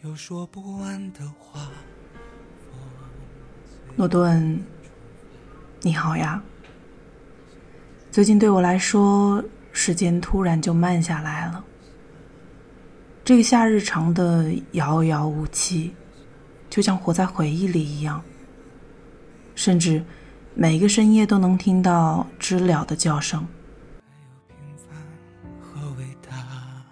有说不完的话。 诺顿，你好呀。最近对我来说，时间突然就慢下来了。这个夏日长的遥遥无期，就像活在回忆里一样。甚至每个深夜都能听到知了的叫声。 平凡和伟大，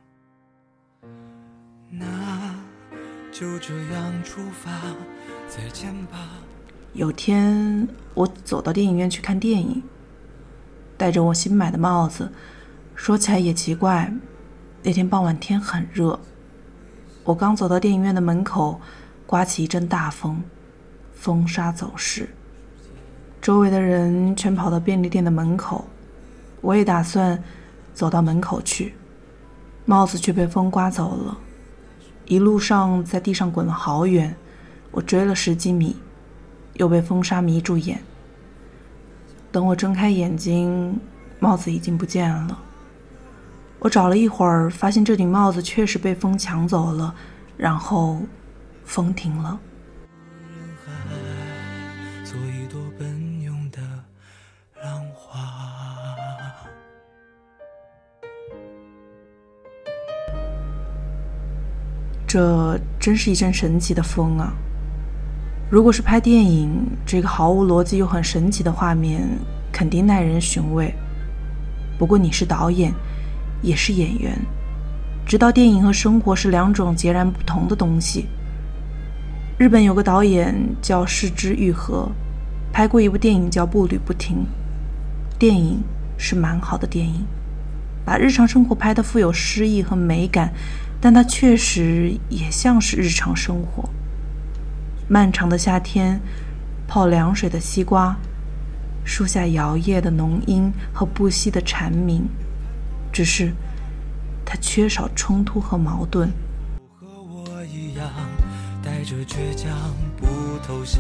那就这样出发，再见吧。 有天我走到电影院去看电影，戴着我新买的帽子。说起来也奇怪，那天傍晚天很热，我刚走到电影院的门口，刮起一阵大风，风沙走失，周围的人全跑到便利店的门口，我也打算走到门口去，帽子却被风刮走了，一路上在地上滚了好远，我追了10几米，又被风沙迷住眼。等我睁开眼睛，帽子已经不见了。我找了一会儿，发现这顶帽子确实被风抢走了，然后风停了。 做一朵奔涌的浪花。 这真是一阵神奇的风啊！如果是拍电影，这个毫无逻辑又很神奇的画面肯定耐人寻味。不过你是导演，也是演员，知道电影和生活是2种截然不同的东西。日本有个导演叫市之愈合，拍过一部电影叫《步履不停》，电影是蛮好的电影，把日常生活拍得富有诗意和美感，但它确实也像是日常生活。漫长的夏天，泡凉水的西瓜，树下摇曳的浓荫和不息的蝉鸣，只是它缺少冲突和矛盾。 和我一样带着倔强不投降，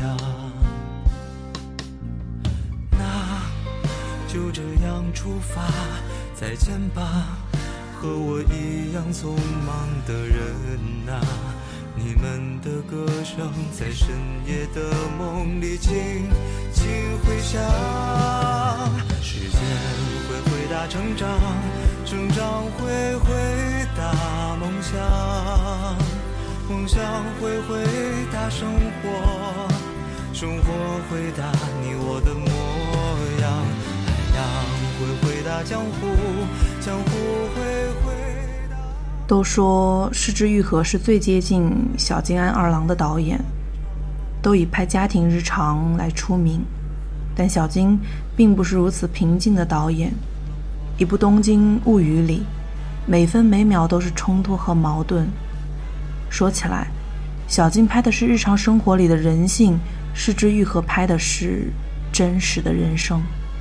那就这样出发，再见吧，和我一样匆忙的人啊，你们的歌声在深夜的梦里轻轻回响。时间会回答成长，成长会回答梦想，梦想会回答生活，生活回答你我的模样，海洋会回答江湖，江湖会回答。 都说市之愈合是最接近小津安二郎的导演，都以拍家庭日常来出名，但小津并不是如此平静的导演。一部《东京物语》里，每分每秒都是冲突和矛盾。说起来，小津拍的是日常生活里的人性，市之愈合拍的是真实的人生。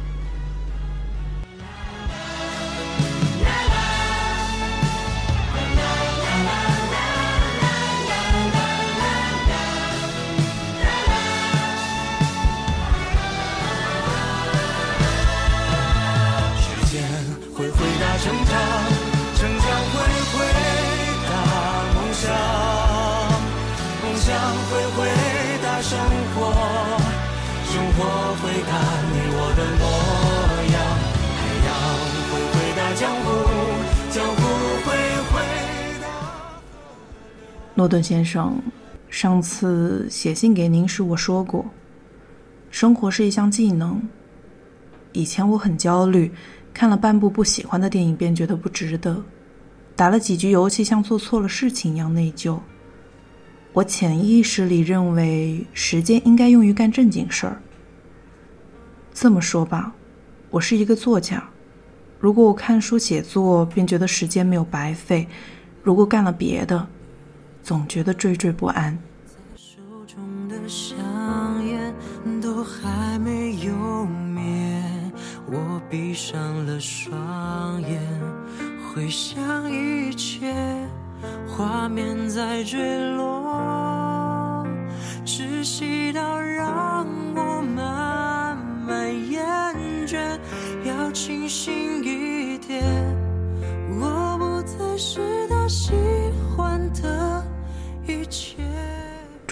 成长，成长会回答梦想，梦想会回答生活，生活回答你我的模样，海洋会回答江湖，江湖会回答。 诺顿先生，上次写信给您时我说过，生活是一项技能。以前我很焦虑，看了半部不喜欢的电影便觉得不值得，打了几局游戏像做错了事情一样内疚。我潜意识里认为时间应该用于干正经事儿。这么说吧，我是一个作家，如果我看书写作便觉得时间没有白费，如果干了别的总觉得惴惴不安。 在手中的香烟都还没有灭，我闭上了双眼，回想一切画面在坠落，窒息到让我慢慢厌倦，要清醒一点，我不再是他喜欢的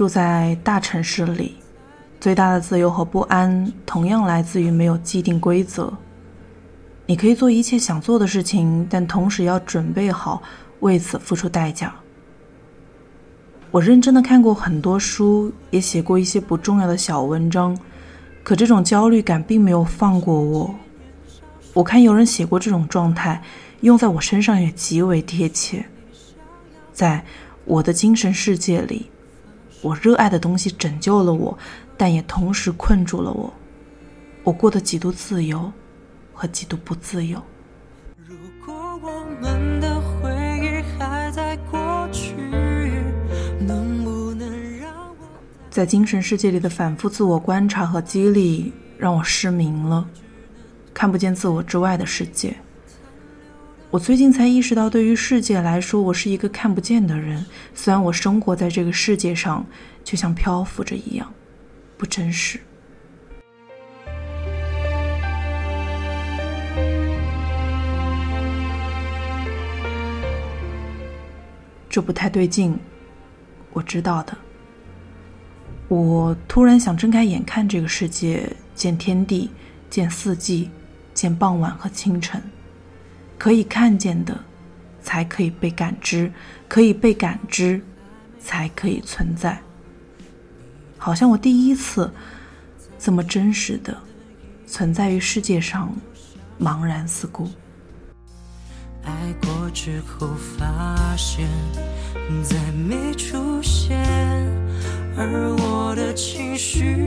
住在大城市里，最大的自由和不安同样来自于没有既定规则。你可以做一切想做的事情，但同时要准备好为此付出代价。我认真的看过很多书，也写过一些不重要的小文章，可这种焦虑感并没有放过我。我看有人写过这种状态，用在我身上也极为贴切。在我的精神世界里，我热爱的东西拯救了我，但也同时困住了我。我过得极度自由和极度不自由。 如果我们的回忆还在过去，能不能让我在精神世界里的反复自我观察和激励让我失明了，看不见自我之外的世界。我最近才意识到，对于世界来说，我是一个看不见的人。虽然我生活在这个世界上，却像漂浮着一样，不真实。这不太对劲，我知道的。我突然想睁开眼看这个世界，见天地，见四季，见傍晚和清晨。可以看见的才可以被感知，可以被感知才可以存在。好像我第一次这么真实的存在于世界上，茫然四顾。 爱过之后发现再没出现，而我的情绪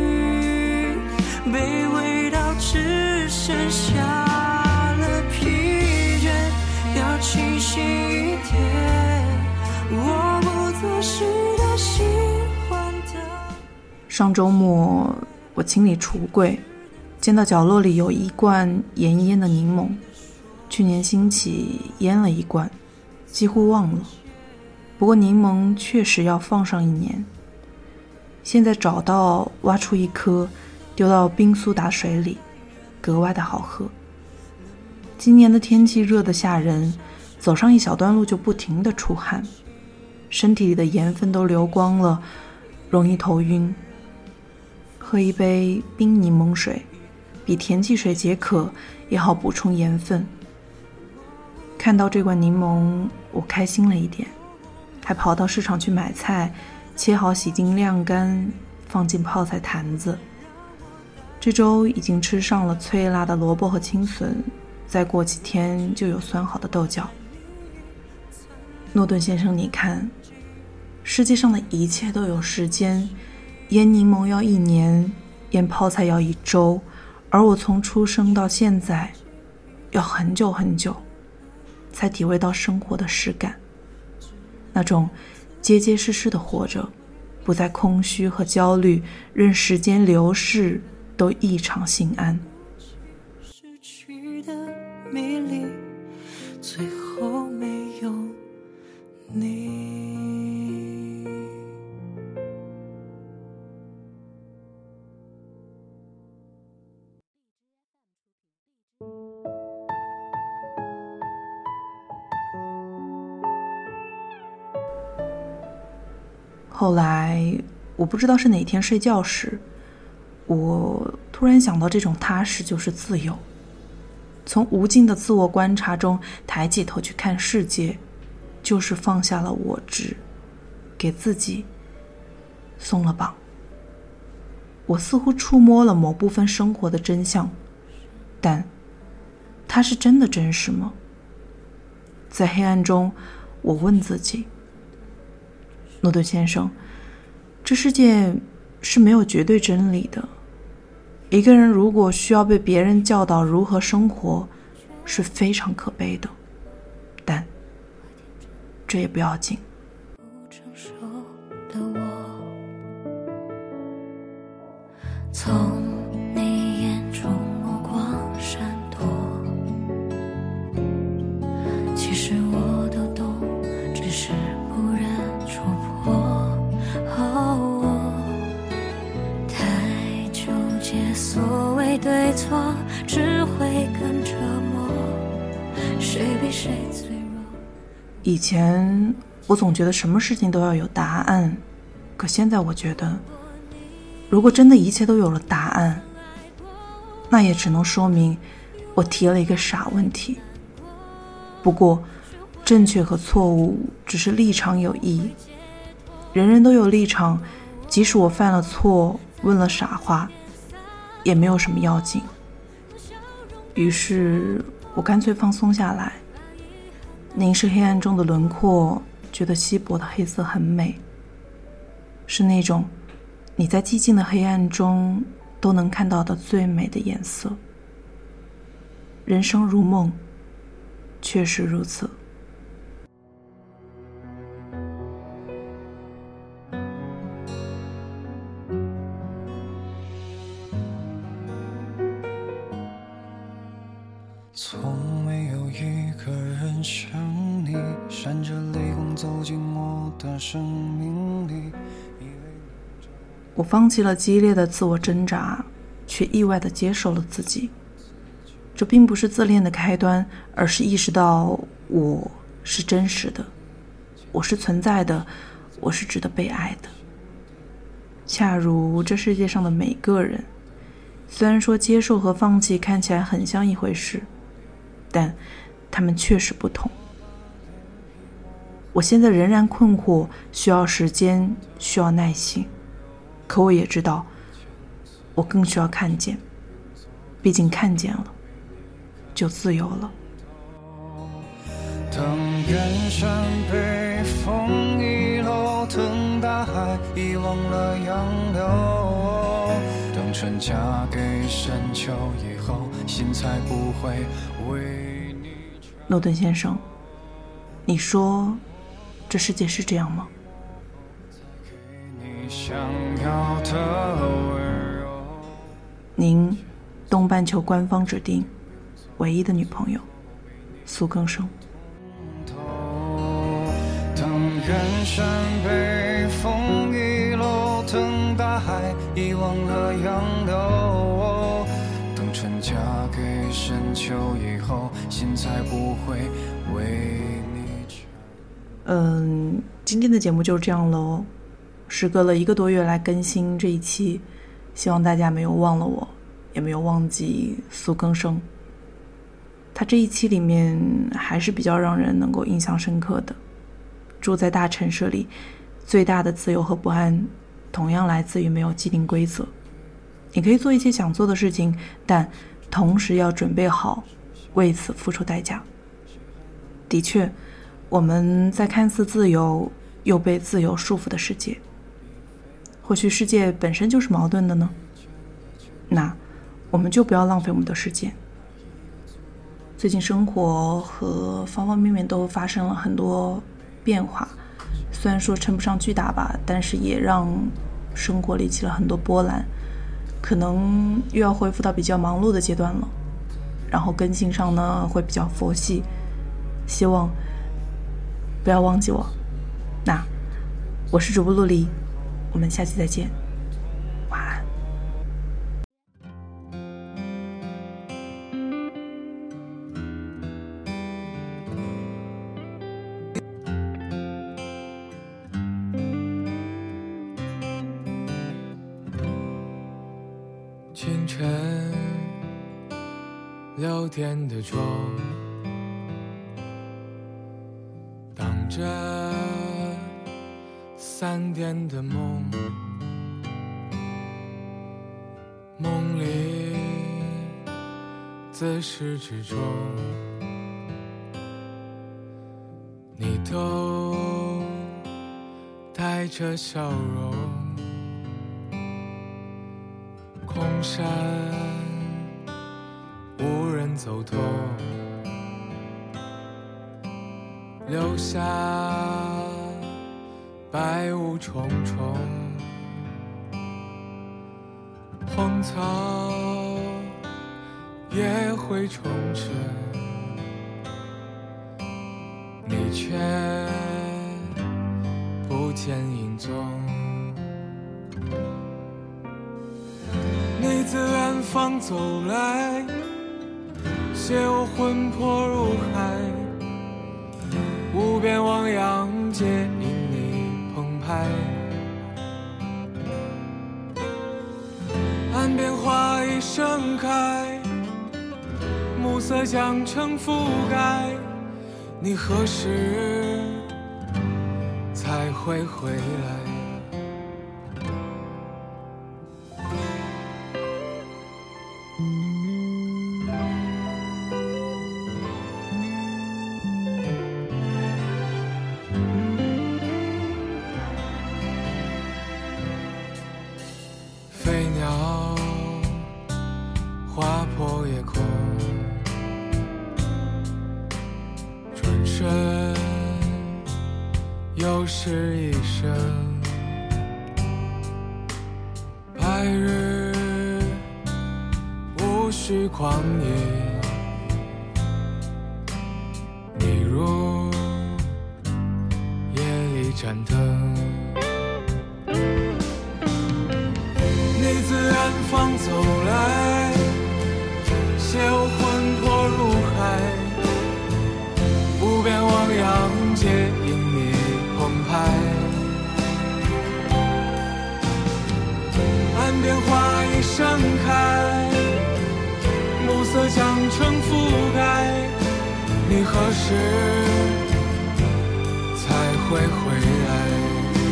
卑微到只剩下了疲倦，要清醒一点，我不做事的喜欢的。 上周末我清理橱柜，见到角落里有一罐盐腌的柠檬，去年兴起腌了一罐，几乎忘了。不过柠檬确实要放上1年。现在找到，挖出一颗，丢到冰苏打水里，格外的好喝。今年的天气热得吓人，走上一小段路就不停地出汗，身体里的盐分都流光了，容易头晕。喝一杯冰柠檬水，比甜汽水解渴也好补充盐分。看到这罐柠檬，我开心了一点，还跑到市场去买菜，切好洗净晾干，放进泡菜坛子。这周已经吃上了脆辣的萝卜和青笋，再过几天就有酸好的豆角。诺顿先生，你看，世界上的一切都有时间，腌柠檬要1年，腌泡菜要1周，而我从出生到现在要很久很久才体会到生活的实感，那种结结实实的活着，不再空虚和焦虑，任时间流逝都异常心安。 失去的美丽，最后没有你。 后来我不知道是哪天睡觉时，我突然想到，这种踏实就是自由。从无尽的自我观察中抬起头去看世界，就是放下了我执，给自己松了绑。我似乎触摸了某部分生活的真相，但它是真的真实吗？在黑暗中，我问自己。诺顿先生，这世界是没有绝对真理的。一个人如果需要被别人教导如何生活，是非常可悲的，但这也不要紧。 不成熟的我，从你眼中目光闪躲，其实我都懂，只是不忍触破。太纠结所谓对错，只会更折磨，谁比谁最弱。 以前我总觉得什么事情都要有答案， 可现在我觉得，如果真的一切都有了答案，那也只能说明我提了一个傻问题。不过正确和错误只是立场有异，人人都有立场，即使我犯了错，问了傻话，也没有什么要紧。于是我干脆放松下来，凝视黑暗中的轮廓，觉得稀薄的黑色很美，是那种你在寂静的黑暗中都能看到的最美的颜色。人生如梦，确实如此。 从没有一个人像你，闪着泪光走进我的生命里。 我放弃了激烈的自我挣扎，却意外地接受了自己。这并不是自恋的开端，而是意识到我是真实的，我是存在的，我是值得被爱的。恰如这世界上的每个人，虽然说接受和放弃看起来很像一回事，但他们确实不同。我现在仍然困惑，需要时间，需要耐心，可我也知道，我更需要看见，毕竟看见了，就自由了。 等远山被风遗漏，等大海遗忘了洋流，等春嫁给深秋以后，心才不会为你。 诺顿先生，你说这世界是这样吗？ 你想要的温柔。 您东半球官方指定唯一的女朋友苏更生。 等远山被风遗漏，等大海遗忘了洋流，等春嫁给深秋以后，心才不会为你。 今天的节目就这样咯，时隔了1个多月来更新这一期，希望大家没有忘了我，也没有忘记苏更生。他这一期里面还是比较让人能够印象深刻的。住在大城市里，最大的自由和不安同样来自于没有既定规则。你可以做一些想做的事情，但同时要准备好为此付出代价。的确，我们在看似自由又被自由束缚的世界，或许世界本身就是矛盾的呢？那我们就不要浪费我们的时间。最近生活和方方面面都发生了很多变化，虽然说称不上巨大吧，但是也让生活里起了很多波澜，可能又要恢复到比较忙碌的阶段了，然后更新上呢会比较佛系，希望不要忘记我。那我是主播陆离，我们下期再见，晚安。 清晨6点的钟，当着3点的梦，梦里自始至终，你都带着笑容。空山无人走动，留下白雾重重，荒草也会重生，你却不见影踪。你自远方走来，携我魂魄入海，无边汪洋皆因你澎湃。 盛开，暮色将城覆盖，你何时才会回来？飞鸟划破夜空，转身又是一生。白日无需狂野，你如夜里盏灯。你自远方走来，携我魂魄入海，无边汪洋皆因你澎湃。岸边花已盛开，暮色将城覆盖，你何时才会回来？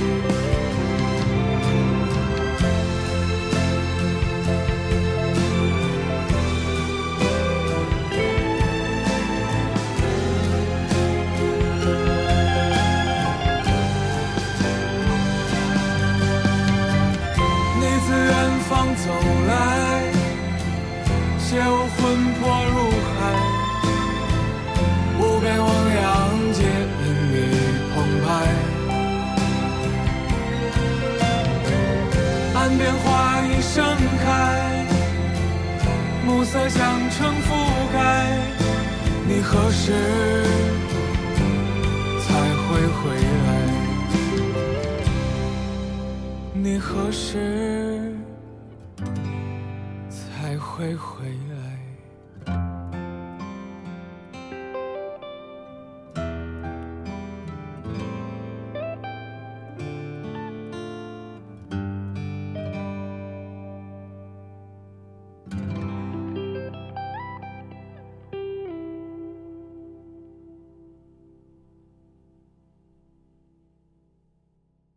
走来，携我魂魄入海，无边汪洋皆因你澎湃。岸边花已盛开，暮色将城覆盖，你何时才会回来？你何时才会回来？